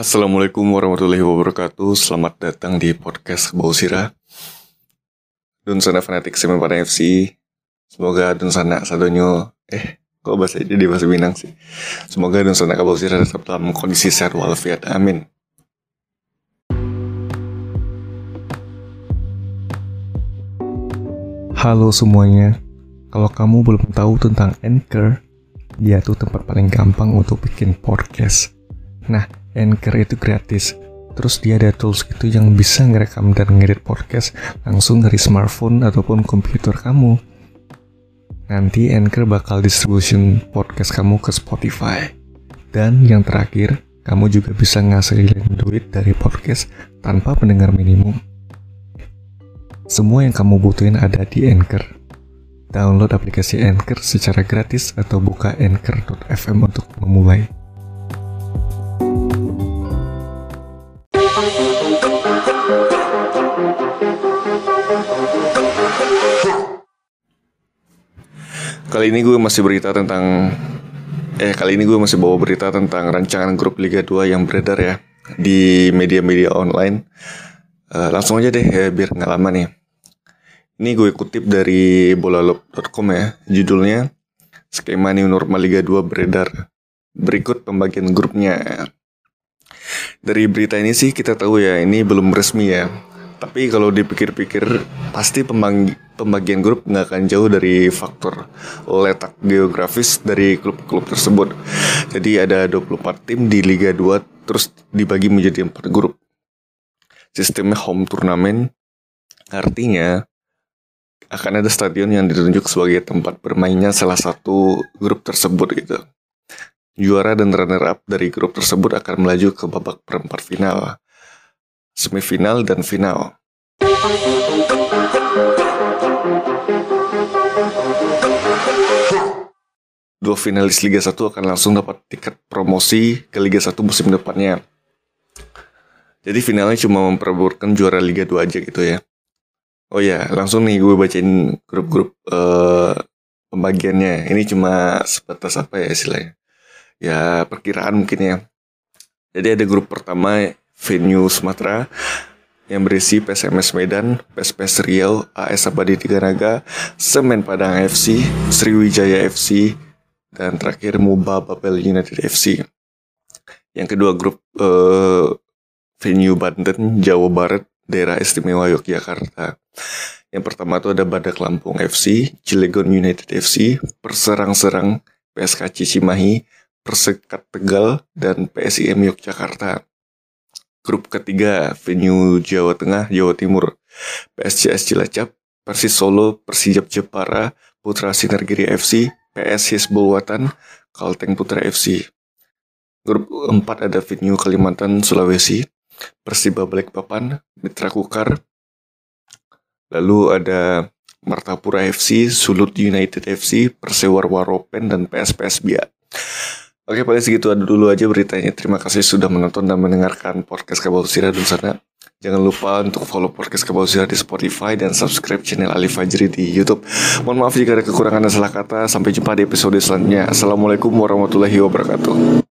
Assalamualaikum warahmatullahi wabarakatuh. Selamat datang di podcast Kebausira Dunsana Fanatik Semen Padang FC. Semoga Dunsana Sadonyo kok bahasa jadi bahasa Minang sih. Semoga Dunsana Kebausira tetap dalam kondisi sehat walafiat. Amin. Halo semuanya. Kalau kamu belum tahu tentang Anchor, dia tuh tempat paling gampang untuk bikin podcast. Nah, Anchor itu gratis. Terus dia ada tools gitu yang bisa ngerekam dan ngedit podcast langsung dari smartphone ataupun komputer kamu. Nanti Anchor bakal distribution podcast kamu ke Spotify. Dan yang terakhir, kamu juga bisa ngasilin duit dari podcast tanpa pendengar minimum. Semua yang kamu butuhin ada di Anchor. Download aplikasi Anchor secara gratis atau buka anchor.fm untuk memulai. Kali ini gue masih bawa berita tentang rancangan grup Liga 2 yang beredar ya di media-media online. Langsung aja deh ya, biar nggak lama nih. Ini gue kutip dari bolalop.com ya. Judulnya, skema new normal Liga 2 beredar. Berikut pembagian grupnya. Dari berita ini sih kita tahu ya, ini belum resmi ya. Tapi kalau dipikir-pikir, pasti pembagian grup nggak akan jauh dari faktor letak geografis dari klub-klub tersebut. Jadi ada 24 tim di Liga 2, terus dibagi menjadi 4 grup. Sistemnya home turnamen, artinya akan ada stadion yang ditunjuk sebagai tempat bermainnya salah satu grup tersebut gitu. Juara dan runner-up dari grup tersebut akan melaju ke babak perempat final, semifinal, dan final. Dua finalis Liga 1 akan langsung dapat tiket promosi ke Liga 1 musim depannya. Jadi finalnya cuma memperebutkan juara Liga 2 aja gitu ya. Oh ya, langsung nih gue bacain grup-grup pembagiannya. Ini cuma sebatas apa ya istilahnya, ya perkiraan mungkin ya. Jadi ada grup pertama Venue Sumatera yang berisi PSMS Medan, PSPS Riau, AS Abadi Tiganaga, Semen Padang FC, Sriwijaya FC, dan terakhir Muba Babel United FC. Yang kedua grup Venue Banten, Jawa Barat, Daerah Istimewa Yogyakarta. Yang pertama itu ada Badak Lampung FC, Cilegon United FC, Perserang-Serang, PSKC Cimahi, Persekat Tegal, dan PSIM Yogyakarta. Grup ketiga, Venue Jawa Tengah, Jawa Timur, PSCS Cilacap, Persis Solo, Persijap Jepara, Putra Sinergiri FC, PS Hisbul Watan, Kalteng Putra FC. Grup 4 ada Venue Kalimantan, Sulawesi, Persiba Balikpapan, Mitra Kukar. Lalu ada Martapura FC, Sulut United FC, Persewar Waropen, dan PSPS Biak. Oke, paling segitu dulu aja beritanya. Terima kasih sudah menonton dan mendengarkan podcast Kebausira Dunsana. Jangan lupa untuk follow podcast Kebausira di Spotify dan subscribe channel Ali Fajri di YouTube. Mohon maaf jika ada kekurangan dan salah kata. Sampai jumpa di episode selanjutnya. Assalamualaikum warahmatullahi wabarakatuh.